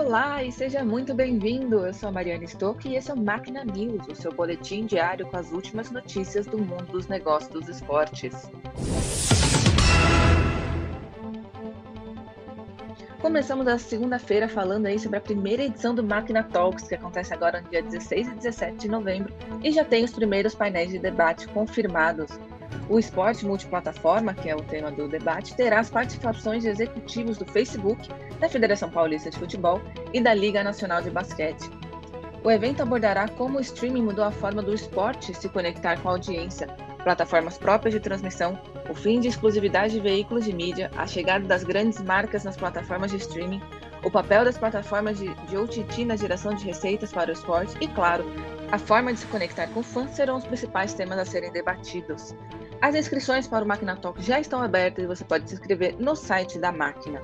Olá e seja muito bem-vindo! Eu sou a Mariana Stock e esse é o Máquina News, o seu boletim diário com as últimas notícias do mundo dos negócios dos esportes. Começamos a segunda-feira falando aí sobre a primeira edição do Máquina Talks, que acontece agora no dia 16 e 17 de novembro, e já tem os primeiros painéis de debate confirmados. O esporte multiplataforma, que é o tema do debate, terá as participações de executivos do Facebook, da Federação Paulista de Futebol e da Liga Nacional de Basquete. O evento abordará como o streaming mudou a forma do esporte se conectar com a audiência, plataformas próprias de transmissão, o fim de exclusividade de veículos de mídia, a chegada das grandes marcas nas plataformas de streaming, o papel das plataformas de OTT na geração de receitas para o esporte e, claro, a forma de se conectar com fãs serão os principais temas a serem debatidos. As inscrições para o Máquina Talk já estão abertas e você pode se inscrever no site da Máquina.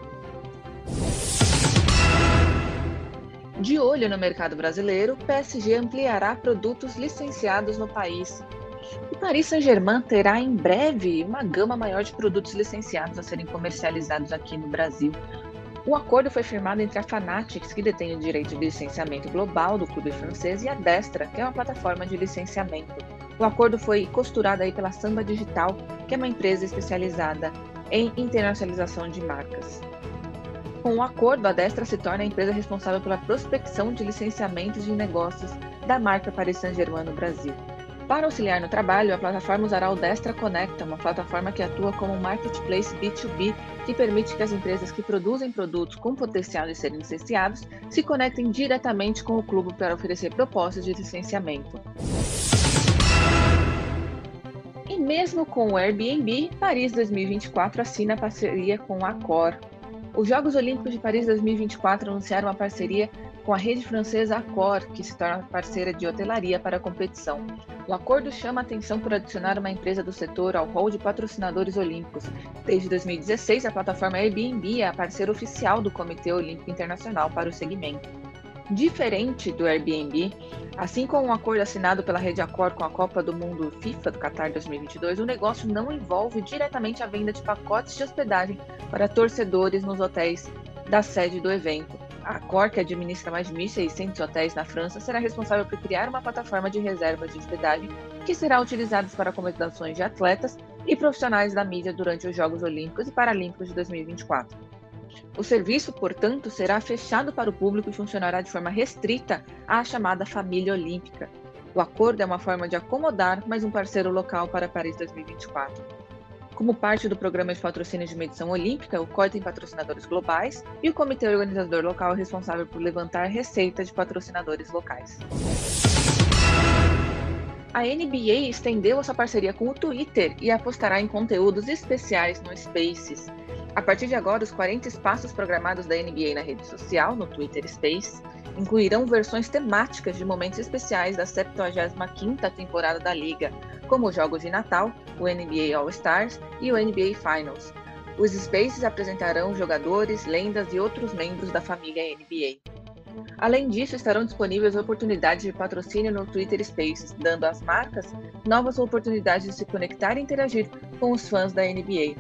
De olho no mercado brasileiro, PSG ampliará produtos licenciados no país. O Paris Saint-Germain terá em breve uma gama maior de produtos licenciados a serem comercializados aqui no Brasil. O acordo foi firmado entre a Fanatics, que detém o direito de licenciamento global do clube francês, e a Destra, que é uma plataforma de licenciamento. O acordo foi costurado aí pela Samba Digital, que é uma empresa especializada em internacionalização de marcas. Com o acordo, a Destra se torna a empresa responsável pela prospecção de licenciamentos de negócios da marca Paris Saint-Germain no Brasil. Para auxiliar no trabalho, a plataforma usará o Destra Conecta, uma plataforma que atua como um marketplace B2B, que permite que as empresas que produzem produtos com potencial de serem licenciados se conectem diretamente com o clube para oferecer propostas de licenciamento. E mesmo com o Airbnb, Paris 2024 assina parceria com a Accor. Os Jogos Olímpicos de Paris 2024 anunciaram uma parceria com a rede francesa Accor, que se torna parceira de hotelaria para a competição. O acordo chama a atenção por adicionar uma empresa do setor ao rol de patrocinadores olímpicos. Desde 2016, a plataforma Airbnb é a parceira oficial do Comitê Olímpico Internacional para o segmento. Diferente do Airbnb, assim como um acordo assinado pela rede Accor com a Copa do Mundo FIFA do Qatar 2022, o negócio não envolve diretamente a venda de pacotes de hospedagem para torcedores nos hotéis da sede do evento. A Accor, que administra mais de 1.600 hotéis na França, será responsável por criar uma plataforma de reserva de hospedagem que será utilizada para acomodações de atletas e profissionais da mídia durante os Jogos Olímpicos e Paralímpicos de 2024. O serviço, portanto, será fechado para o público e funcionará de forma restrita à chamada família olímpica. O acordo é uma forma de acomodar mais um parceiro local para Paris 2024. Como parte do programa de patrocínio de uma edição olímpica, o COI tem patrocinadores globais e o comitê organizador local é responsável por levantar receita de patrocinadores locais. A NBA estendeu a sua parceria com o Twitter e apostará em conteúdos especiais no Spaces. A partir de agora, os 40 espaços programados da NBA na rede social, no Twitter Spaces, incluirão versões temáticas de momentos especiais da 75ª temporada da Liga, como os Jogos de Natal, o NBA All-Stars e o NBA Finals. Os Spaces apresentarão jogadores, lendas e outros membros da família NBA. Além disso, estarão disponíveis oportunidades de patrocínio no Twitter Spaces, dando às marcas novas oportunidades de se conectar e interagir com os fãs da NBA.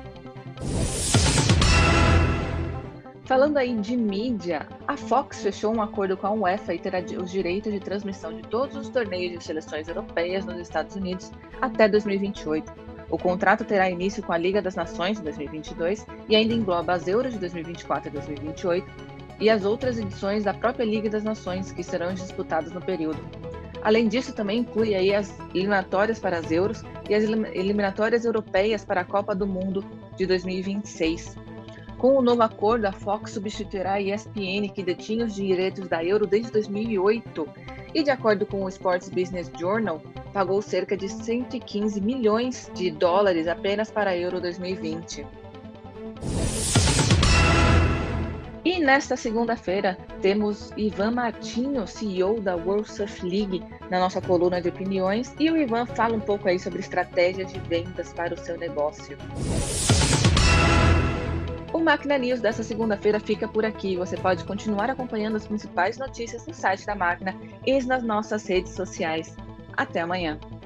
Falando aí de mídia, a Fox fechou um acordo com a UEFA e terá os direitos de transmissão de todos os torneios de seleções europeias nos Estados Unidos até 2028. O contrato terá início com a Liga das Nações de 2022 e ainda engloba as Euros de 2024 e 2028 e as outras edições da própria Liga das Nações que serão disputadas no período. Além disso, também inclui aí as eliminatórias para as Euros e as eliminatórias europeias para a Copa do Mundo de 2026. Com o novo acordo, a Fox substituirá a ESPN, que detinha os direitos da Euro desde 2008, e de acordo com o Sports Business Journal, pagou cerca de 115 milhões de dólares apenas para a Euro 2020. E nesta segunda-feira, temos Ivan Martinho, CEO da World Surf League, na nossa coluna de opiniões, e o Ivan fala um pouco aí sobre estratégias de vendas para o seu negócio. O Máquina News dessa segunda-feira fica por aqui. Você pode continuar acompanhando as principais notícias no site da Máquina e nas nossas redes sociais. Até amanhã!